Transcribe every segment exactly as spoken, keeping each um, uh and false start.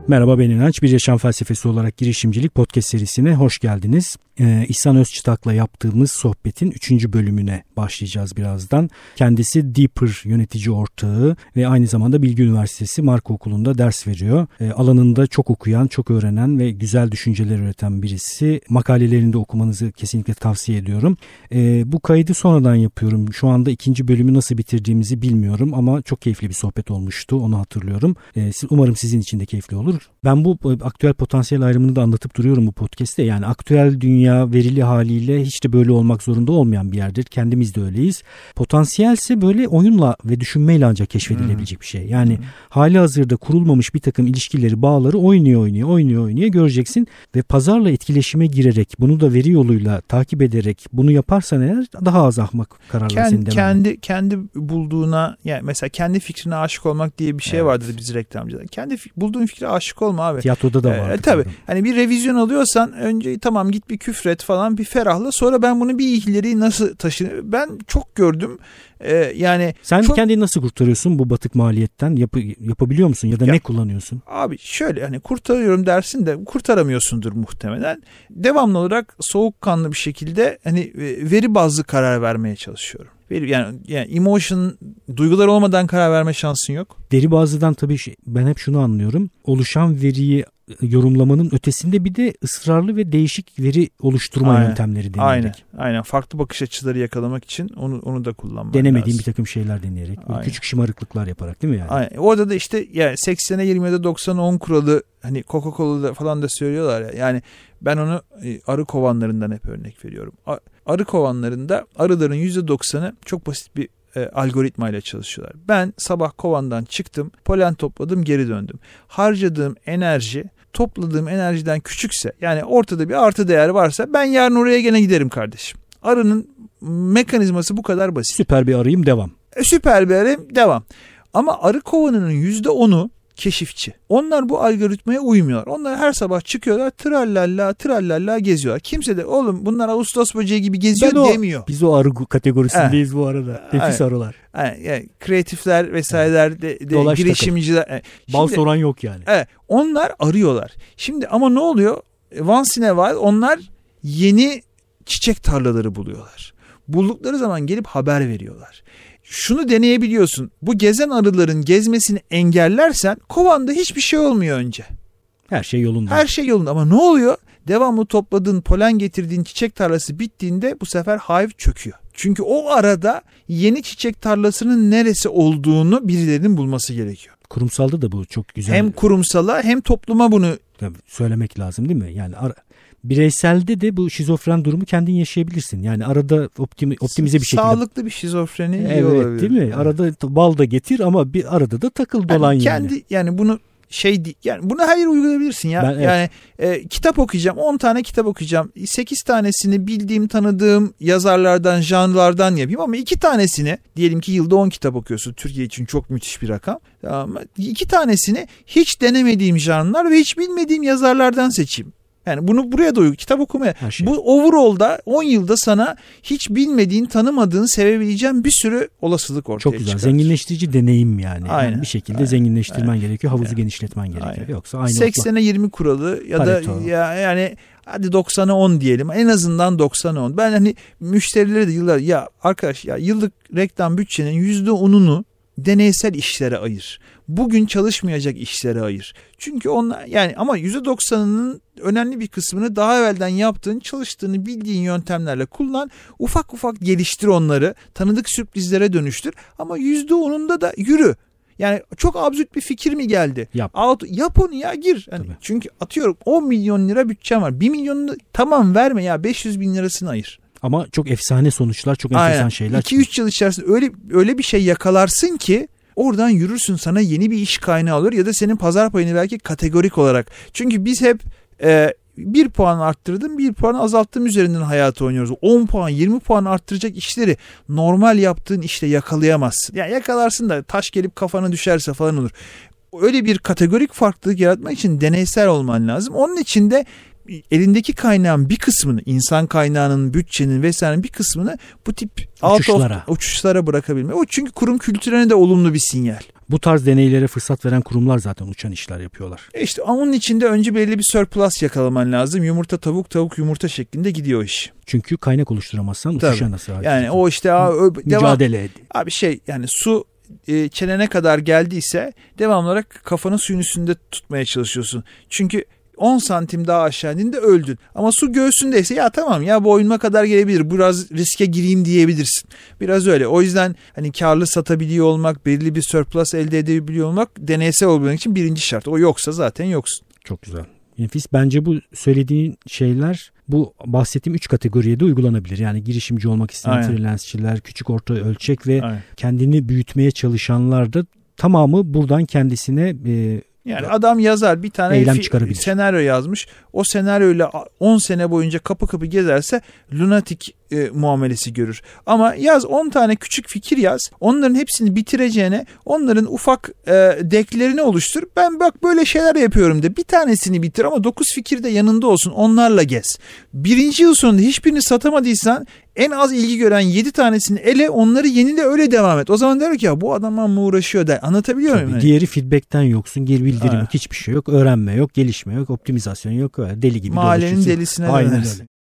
Merhaba, ben İnanç. Bir Yaşam Felsefesi olarak girişimcilik podcast serisine hoş geldiniz. Ee, İhsan Özçıtak'la yaptığımız sohbetin üçüncü bölümüne başlayacağız birazdan. Kendisi Deeper yönetici ortağı ve aynı zamanda Bilgi Üniversitesi Marka Okulu'nda ders veriyor. Ee, alanında çok okuyan, çok öğrenen ve güzel düşünceler üreten birisi. Makalelerini de okumanızı kesinlikle tavsiye ediyorum. Ee, bu kaydı sonradan yapıyorum. Şu anda ikinci bölümü nasıl bitirdiğimizi bilmiyorum ama çok keyifli bir sohbet olmuştu. Onu hatırlıyorum. Ee, umarım sizin için de keyifli olur. Ben bu aktüel potansiyel ayrımını da anlatıp duruyorum bu podcast'te. Yani aktüel dünya verili haliyle hiç de böyle olmak zorunda olmayan bir yerdir. Kendimiz de öyleyiz. Potansiyelse böyle oyunla ve düşünmeyle ancak keşfedilebilecek bir şey. Yani hmm. hali hazırda kurulmamış bir takım ilişkileri, bağları oynuyor oynuyor oynuyor oynuyor göreceksin ve pazarla etkileşime girerek, bunu da veri yoluyla takip ederek bunu yaparsan eğer daha az ahmak kararlar kendi, senin demem. Kendi kendi bulduğuna, yani mesela kendi fikrine aşık olmak diye bir şey evet. vardır biz reklamcılar. Kendi bulduğun fikre aşık olma abi. Tiyatroda da var. Ee, tabii. Hani bir revizyon alıyorsan önce tamam git bir küfret falan, bir ferahla, sonra ben bunu bir ileri nasıl taşınır? Ben çok gördüm. Ee, yani sen çok... kendini nasıl kurtarıyorsun bu batık maliyetten? Yap, yapabiliyor musun ya da ya, ne kullanıyorsun? Abi şöyle, hani kurtarıyorum dersin de kurtaramıyorsundur muhtemelen. Devamlı olarak soğukkanlı bir şekilde hani veri bazlı karar vermeye çalışıyorum. Yani, yani emotion, duygular olmadan karar verme şansın yok. Veri bazlıdan tabii ben hep şunu anlıyorum. Oluşan veriyi yorumlamanın ötesinde bir de ısrarlı ve değişik veri oluşturma aynen, yöntemleri deneyerek. Aynen, aynen. Farklı bakış açıları yakalamak için onu onu da kullanmak Denemediğim lazım. bir takım şeyler deneyerek. Küçük şımarıklıklar yaparak, değil mi yani? Aynen. Orada da işte yani seksene yirmi ya da doksana on kuralı, hani Coca-Cola'da falan da söylüyorlar ya. Yani ben onu arı kovanlarından hep örnek veriyorum. Arı kovanlarında arıların yüzde doksanı çok basit bir e, algoritmayla çalışıyorlar. Ben sabah kovandan çıktım, polen topladım, geri döndüm. Harcadığım enerji topladığım enerjiden küçükse, yani ortada bir artı değer varsa, ben yarın oraya gene giderim kardeşim. Arının mekanizması bu kadar basit. Süper bir arıyım, devam. E, süper bir arıyım, devam. Ama arı kovanının yüzde onu keşifçi. Onlar bu algoritmaya uymuyorlar. Onlar her sabah çıkıyorlar, trallalla trallalla geziyorlar. Kimse de oğlum bunlar Ağustos böceği gibi geziyor o, demiyor. Biz o arı kategorisindeyiz evet. bu arada. Nefis evet. arılar. Yani, yani kreatifler vesaireler de, de girişimciler. Yani, bal soran yok yani. Evet, onlar arıyorlar. Şimdi ama ne oluyor? Once in a while onlar yeni çiçek tarlaları buluyorlar. Buldukları zaman gelip haber veriyorlar. Şunu deneyebiliyorsun. Bu gezen arıların gezmesini engellersen kovanda hiçbir şey olmuyor önce. Her şey yolunda. Her şey yolunda ama ne oluyor? Devamlı topladığın, polen getirdiğin çiçek tarlası bittiğinde bu sefer hive çöküyor. Çünkü o arada yeni çiçek tarlasının neresi olduğunu birilerinin bulması gerekiyor. Kurumsalda da bu çok güzel. Hem kurumsala hem topluma bunu tabii söylemek lazım, değil mi? Yani ara, bireyselde de bu şizofren durumu kendin yaşayabilirsin. Yani arada optimi, optimize bir şekilde. Sağlıklı bir şizofreni iyi evet, olabilir. Evet, değil mi? Arada bal da getir ama bir arada da takıl dolan yani. Kendi yani. yani bunu şey yani bunu her yere uygulayabilirsin ya. Ben, evet. Yani e, kitap okuyacağım, on tane kitap okuyacağım. sekiz tanesini bildiğim, tanıdığım yazarlardan, janrlardan yapayım ama iki tanesini, diyelim ki yılda on kitap okuyorsun. Türkiye için çok müthiş bir rakam. Ama iki tanesini hiç denemediğim janrlar ve hiç bilmediğim yazarlardan seçeyim. Yani bunu buraya da uygun. Kitap okumaya. Şey. Bu overall'da on yılda sana hiç bilmediğin, tanımadığın, sevebileceğin bir sürü olasılık ortaya çıkar. Çok güzel. Çıkartır. Zenginleştirici deneyim yani. Aynen. yani bir şekilde aynen. zenginleştirmen aynen. gerekiyor. Havuzu aynen. genişletmen gerekiyor. Aynen. Yoksa aynı seksene yirmi kuralı ya Pareto. da ya yani hadi doksana on diyelim. En azından doksana on. Ben hani müşterilere de yıllar ya arkadaş ya yıllık reklam bütçenin yüzde onunu deneysel işlere ayır. Bugün çalışmayacak işlere ayır. Çünkü onlar yani ama yüzde doksanının önemli bir kısmını daha evvelden yaptığın, çalıştığını bildiğin yöntemlerle kullan. Ufak ufak geliştir onları. Tanıdık sürprizlere dönüştür. Ama yüzde onunda da yürü. Yani çok absürt bir fikir mi geldi? Yap. Out, yap onu ya, gir. Yani çünkü atıyorum on milyon lira bütçem var. bir milyonunu tamam verme ya, beş yüz bin lirasını ayır. Ama çok efsane sonuçlar, çok enteresan Aynen. şeyler. iki üç yıl içerisinde öyle öyle bir şey yakalarsın ki oradan yürürsün, sana yeni bir iş kaynağı olur ya da senin pazar payını belki kategorik olarak. Çünkü biz hep e, bir puan arttırdım, bir puan azalttım üzerinden hayatı oynuyoruz. on puan, yirmi puan arttıracak işleri normal yaptığın işte yakalayamazsın. Yani yakalarsın da taş gelip kafana düşerse falan olur. Öyle bir kategorik farklılık yaratmak için deneysel olman lazım. Onun için de elindeki kaynağın bir kısmını, insan kaynağının, bütçenin vesairenin bir kısmını bu tip uçuşlara, of, uçuşlara bırakabilme. O çünkü kurum kültürüne de olumlu bir sinyal. Bu tarz deneylere fırsat veren kurumlar zaten uçan işler yapıyorlar. E işte onun için de önce belli bir surplus yakalaman lazım. Yumurta tavuk, tavuk yumurta şeklinde gidiyor iş. Çünkü kaynak oluşturamazsan uçuşa nasıl hareket? Yani o işte abi, mücadele edin. Abi şey yani su e, çenene kadar geldiyse devamlı olarak kafanı suyun üstünde tutmaya çalışıyorsun. Çünkü on santim daha aşağı indiğinde öldün. Ama su göğsündeyse ya tamam ya boynuma kadar gelebilir. Biraz riske gireyim diyebilirsin. Biraz öyle. O yüzden hani karlı satabiliyor olmak, belirli bir surplus elde edebiliyor olmak deneysel olabilmek için birinci şart. O yoksa zaten yoksun. Çok güzel. Nefis. Bence bu söylediğin şeyler bu bahsettiğim üç kategoriye de uygulanabilir. Yani girişimci olmak isteyen Aynen. freelance'çiler, küçük orta ölçek ve Aynen. kendini büyütmeye çalışanlar da tamamı buradan kendisine e, yani adam yazar bir tane eylem fi- çıkarabilir. senaryo yazmış. O senaryoyla on sene boyunca kapı kapı gezerse lunatik e, muamelesi görür. Ama yaz on tane küçük fikir yaz. Onların hepsini bitireceğine onların ufak e, deklerini oluştur. Ben bak böyle şeyler yapıyorum de. Bir tanesini bitir ama dokuz fikir de yanında olsun. Onlarla gez. Birinci yıl sonunda hiçbirini satamadıysan en az ilgi gören yedi tanesini ele, onları yenile, öyle devam et. O zaman der ki ya bu adamla mı uğraşıyor der. Anlatabiliyor Tabii, muyum? diğeri feedback'ten yoksun, geri bildirim Aynen. yok, hiçbir şey yok, öğrenme yok, gelişme yok, optimizasyon yok, öyle deli gibi mahallenin dolaşıyorsun. delisine Aynen dönersin. öyle.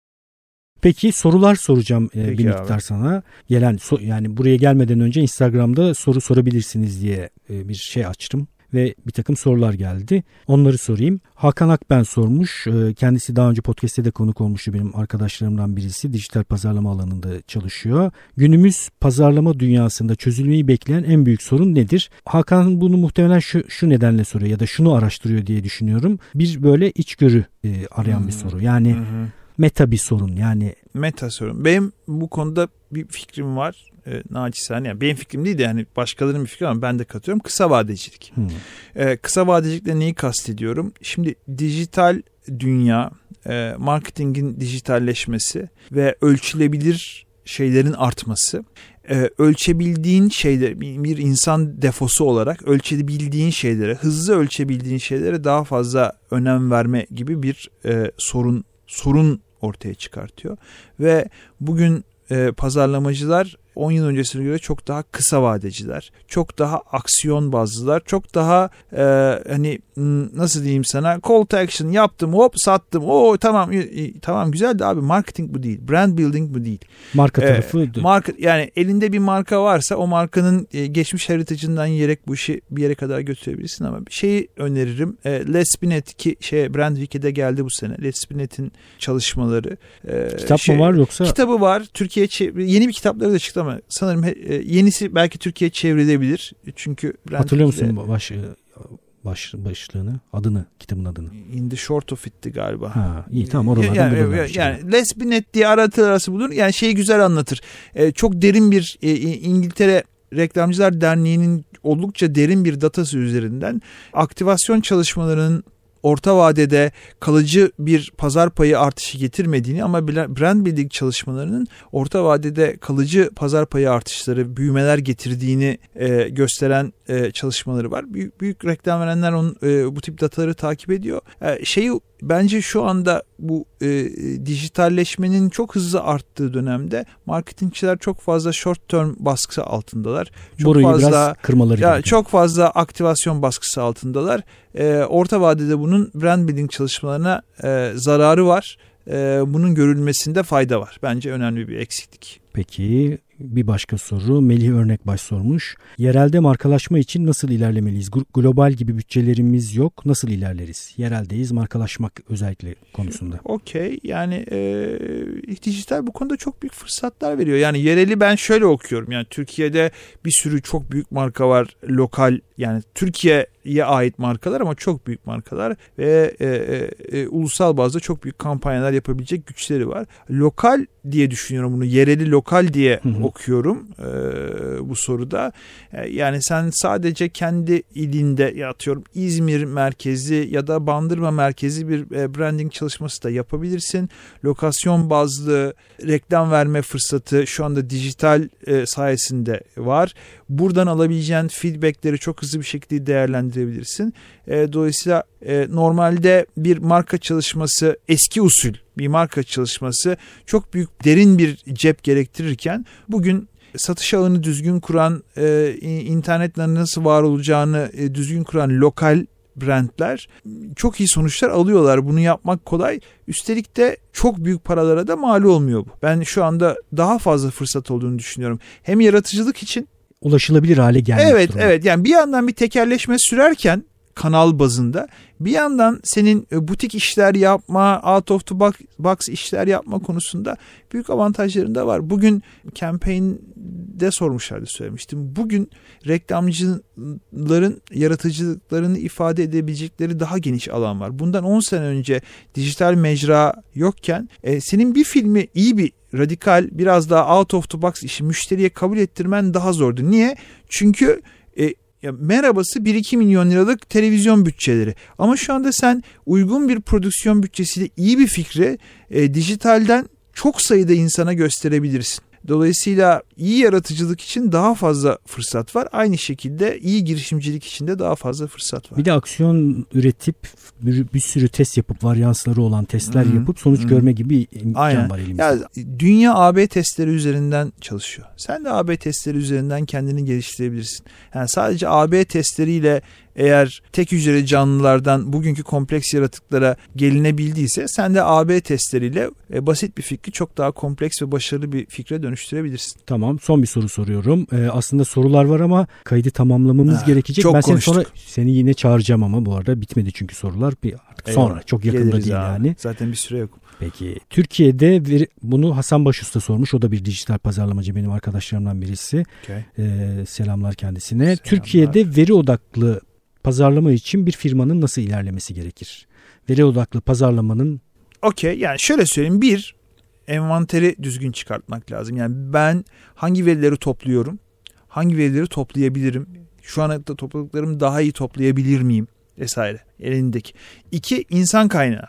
Peki sorular soracağım e, Peki bir miktar abi. sana. Gelen so- yani buraya gelmeden önce Instagram'da soru sorabilirsiniz diye e, bir şey açtım ve bir takım sorular geldi. Onları sorayım. Hakan Akben sormuş. E, kendisi daha önce podcast'te de konuk olmuştu, benim arkadaşlarımdan birisi. Dijital pazarlama alanında çalışıyor. Günümüz pazarlama dünyasında çözülmeyi bekleyen en büyük sorun nedir? Hakan bunu muhtemelen şu, şu nedenle soruyor ya da şunu araştırıyor diye düşünüyorum. Bir böyle içgörü e, arayan hmm. bir soru. Yani Hı hı. meta bir sorun, yani meta sorun. Benim bu konuda bir fikrim var. E, naçizane. Yani benim fikrim değil de yani başkalarının bir fikri ama ben de katıyorum. Kısa vadecilik. Hmm. E, kısa vadecilikle neyi kastediyorum? Şimdi dijital dünya, e, marketingin dijitalleşmesi ve ölçülebilir şeylerin artması. Ee, ölçebildiğin şeyler, bir insan defosu olarak ölçebildiğin şeylere, hızlı ölçebildiğin şeylere daha fazla önem verme gibi bir e, sorun sorun ortaya çıkartıyor. Ve bugün e, pazarlamacılar on yıl öncesine göre çok daha kısa vadeciler, çok daha aksiyon bazlılar, çok daha e, hani nasıl diyeyim sana, call to action yaptım, hop sattım, o tamam tamam güzel de abi marketing bu değil, brand building bu değil. Marka tarafı. E, market, yani elinde bir marka varsa o markanın e, geçmiş heritage'ından yiyerek bu işi bir yere kadar götürebilirsin ama bir şeyi öneririm. E, Les Binet ki şey Brand Week'e geldi bu sene. Les Binet'in çalışmaları. E, Kitap şey, mı var yoksa? Kitabı var. Türkiye yeni bir kitapları da çıktı ama sanırım yenisi belki Türkiye çevrilebilir. Çünkü hatırlıyor musun baş, baş, başlığını, adını, kitabın adını? In the Short of It'ti galiba. Ha, iyi tamam, oralardan yani, bulurlar. Yani, yani Les Binet diye aratır arası bulur. Yani şeyi güzel anlatır. Ee, çok derin bir e, İngiltere Reklamcılar Derneği'nin oldukça derin bir datası üzerinden aktivasyon çalışmalarının orta vadede kalıcı bir pazar payı artışı getirmediğini ama brand building çalışmalarının orta vadede kalıcı pazar payı artışları, büyümeler getirdiğini e, gösteren e, çalışmaları var. Büyük, büyük reklam verenler onun, e, bu tip dataları takip ediyor. E, şeyi bence şu anda bu e, dijitalleşmenin çok hızlı arttığı dönemde marketingçiler çok fazla short term baskısı altındalar. Çok Burayı fazla biraz kırmaları ya, gerekiyor. çok fazla aktivasyon baskısı altındalar. E, orta vadede bunun brand building çalışmalarına e, zararı var. E, bunun görülmesinde fayda var. Bence önemli bir eksiklik. Peki bir başka soru, Melih Örnekbaş sormuş. Yerelde markalaşma için nasıl ilerlemeliyiz? Global gibi bütçelerimiz yok. Nasıl ilerleriz? Yereldeyiz, markalaşmak özellikle konusunda. Okey. Yani e, dijital bu konuda çok büyük fırsatlar veriyor. Yani yereli ben şöyle okuyorum. Yani Türkiye'de bir sürü çok büyük marka var. Lokal, yani Türkiye'ye ait markalar ama çok büyük markalar ve e, e, e, ulusal bazda çok büyük kampanyalar yapabilecek güçleri var. Lokal diye düşünüyorum bunu. Yereli lokal diye hı hı. okuyorum e, bu soruda. E, yani sen sadece kendi ilinde ya atıyorum İzmir merkezi ya da Bandırma merkezi bir e, branding çalışması da yapabilirsin. Lokasyon bazlı reklam verme fırsatı şu anda dijital e, sayesinde var. Buradan alabileceğin feedbackleri çok hızlı bir şekilde değerlendirebilirsin. E, dolayısıyla e, normalde bir marka çalışması eski usul bir marka çalışması çok büyük derin bir cep gerektirirken bugün satış ağını düzgün kuran, e, internetle nasıl var olacağını e, düzgün kuran lokal brandler çok iyi sonuçlar alıyorlar. Bunu yapmak kolay. Üstelik de çok büyük paralara da mal olmuyor bu. Ben şu anda daha fazla fırsat olduğunu düşünüyorum. Hem yaratıcılık için ulaşılabilir hale gelmiş Evet, durumda. evet. Yani bir yandan bir tekelleşme sürerken kanal bazında bir yandan senin butik işler yapma, out of the box işler yapma konusunda büyük avantajların da var. Bugün campaign'de sormuşlardı, söylemiştim. Bugün reklamcıların yaratıcılıklarını ifade edebilecekleri daha geniş alan var. Bundan on sene önce dijital mecra yokken e, senin bir filmi iyi bir radikal, biraz daha out of the box işi müşteriye kabul ettirmen daha zordu. Niye? Çünkü e, ya merhabası bir iki milyon liralık televizyon bütçeleri. Ama şu anda sen uygun bir prodüksiyon bütçesiyle iyi bir fikri e, dijitalden çok sayıda insana gösterebilirsin. Dolayısıyla iyi yaratıcılık için daha fazla fırsat var. Aynı şekilde iyi girişimcilik için de daha fazla fırsat var. Bir de aksiyon üretip bir, bir sürü test yapıp varyansları olan testler hmm. yapıp sonuç hmm. görme gibi imkan Aynen. var elimizde. Ya, dünya A B testleri üzerinden çalışıyor. Sen de A B testleri üzerinden kendini geliştirebilirsin. Yani sadece A B testleriyle eğer tek hücreli canlılardan bugünkü kompleks yaratıklara gelinebildiyse sen de A B testleriyle e, basit bir fikri çok daha kompleks ve başarılı bir fikre dönüştürebilirsin. Tamam, son bir soru soruyorum. Ee, aslında sorular var ama kaydı tamamlamamız ha, gerekecek. Çok ben konuştuk. seni sonra seni yine çağıracağım ama bu arada bitmedi çünkü sorular. Bir artık Eyvallah. Sonra çok yakında Geliriz değil abi. Yani. Zaten bir süre yok. Peki Türkiye'de veri, bunu Hasan Başusta sormuş. O da bir dijital pazarlamacı, benim arkadaşlarımdan birisi. Okay. Ee, selamlar kendisine. Selamlar. Türkiye'de veri odaklı pazarlama için bir firmanın nasıl ilerlemesi gerekir? Veri odaklı pazarlamanın... Okey, yani şöyle söyleyeyim. Bir, envanteri düzgün çıkartmak lazım. Yani ben hangi verileri topluyorum? Hangi verileri toplayabilirim? Şu anda topladıklarımı daha iyi toplayabilir miyim? Vesaire elindeki. İki, insan kaynağı.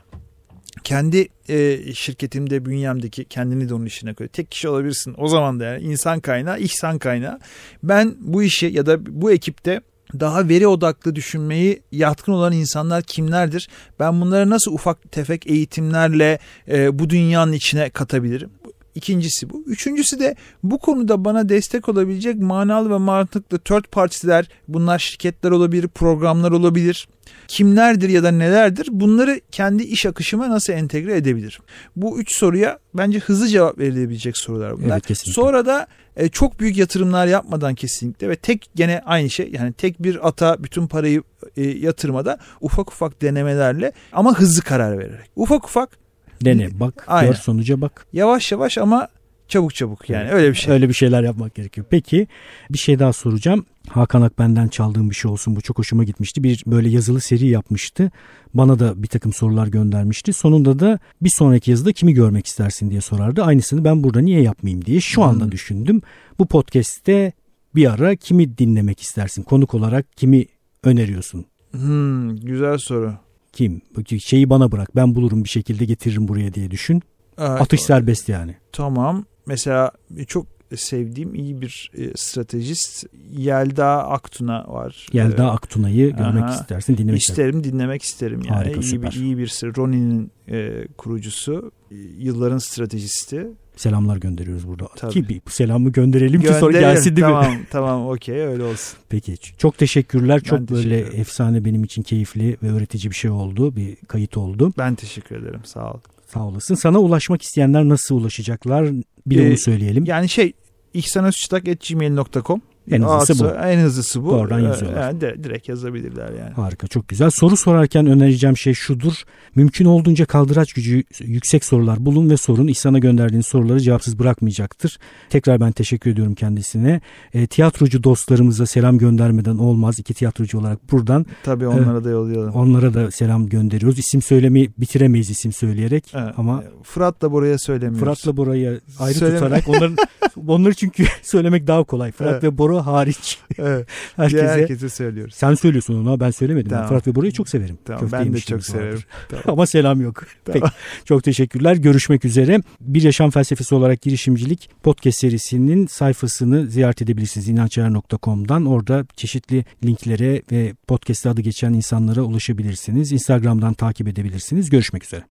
Kendi e, şirketimde, bünyemdeki, kendini de onun işine koy. Tek kişi olabilirsin. O zaman da yani insan kaynağı, ihsan kaynağı. Ben bu işi ya da bu ekipte daha veri odaklı düşünmeyi yatkın olan insanlar kimlerdir? Ben bunları nasıl ufak tefek eğitimlerle e, bu dünyanın içine katabilirim? İkincisi bu. Üçüncüsü de bu konuda bana destek olabilecek manalı ve mantıklı third party'ler, bunlar şirketler olabilir, programlar olabilir. Kimlerdir ya da nelerdir? Bunları kendi iş akışıma nasıl entegre edebilirim? Bu üç soruya bence hızlı cevap verilebilecek sorular bunlar. Evet, sonra da e, çok büyük yatırımlar yapmadan kesinlikle ve tek gene aynı şey, yani tek bir ata bütün parayı e, yatırmada ufak ufak denemelerle ama hızlı karar vererek. Ufak ufak dene, bak, Aynen. gör, sonuca bak. Yavaş yavaş ama çabuk çabuk, yani öyle bir şey. Öyle bir şeyler yapmak gerekiyor. Peki bir şey daha soracağım. Hakan Akben'den çaldığım bir şey olsun. Bu çok hoşuma gitmişti. Bir böyle yazılı seri yapmıştı. Bana da bir takım sorular göndermişti. Sonunda da bir sonraki yazıda kimi görmek istersin diye sorardı. Aynısını ben burada niye yapmayayım diye şu hmm. anda düşündüm. Bu podcast'te bir ara kimi dinlemek istersin? Konuk olarak kimi öneriyorsun? Hmm, güzel soru. Kim? Şeyi bana bırak. Ben bulurum, bir şekilde getiririm buraya diye düşün. Evet, Atış serbest yani. Tamam. Mesela çok sevdiğim iyi bir stratejist Yelda Aktun'a var. Yelda ee, Aktuna'yı görmek aha, istersin, dinlemek isterim. İsterim, dinlemek isterim. Yani Harika, iyi süper. bir iyi bir Ronin'in e, kurucusu, yılların stratejisti. Selamlar gönderiyoruz burada. Tabii. Ki bir selamı gönderelim, gönderelim ki sonra gelsin değil tamam, mi? Tamam tamam okey, öyle olsun. Peki çok teşekkürler. Ben teşekkür çok böyle ederim. Efsane, benim için keyifli ve öğretici bir şey oldu. Bir kayıt oldu. Ben teşekkür ederim, sağ ol. Sağ olasın. Sana ulaşmak isteyenler nasıl ulaşacaklar? Bir de ee, onu söyleyelim. Yani şey ihsanözçıtak at gmail nokta com En hızlısı Aksu, bu. En hızlısı bu. Doğrudan yazıyorlar. Yani direkt yazabilirler yani. Harika, çok güzel. Soru sorarken önereceğim şey şudur. Mümkün olduğunca kaldıraç gücü yüksek sorular bulun ve sorun. İhsan'a gönderdiğiniz soruları cevapsız bırakmayacaktır. Tekrar ben teşekkür ediyorum kendisine. E, tiyatrocu dostlarımıza selam göndermeden olmaz. İki tiyatrocu olarak buradan. Tabii onlara e, da yollayalım. Onlara da selam gönderiyoruz. İsim söylemeyi bitiremeyiz isim söyleyerek. Evet. Ama Fırat'la Bora'ya söylemiyoruz. Fırat'la Bora'ya ayrı Söyleme. tutarak onların onları çünkü söylemek daha kolay. Fırat evet. ve Bora hariç. Evet. Herkese, herkese söylüyoruz. Sen söylüyorsun onu, ben söylemedim. Tamam. Ben Fırat ve Bora'yı çok severim. Tamam, ben de çok severim. Tamam. Ama selam yok. Tamam. Peki. Çok teşekkürler. Görüşmek üzere. Bir Yaşam Felsefesi olarak girişimcilik podcast serisinin sayfasını ziyaret edebilirsiniz inançayar nokta com'dan. Orada çeşitli linklere ve podcast'te adı geçen insanlara ulaşabilirsiniz. Instagram'dan takip edebilirsiniz. Görüşmek üzere.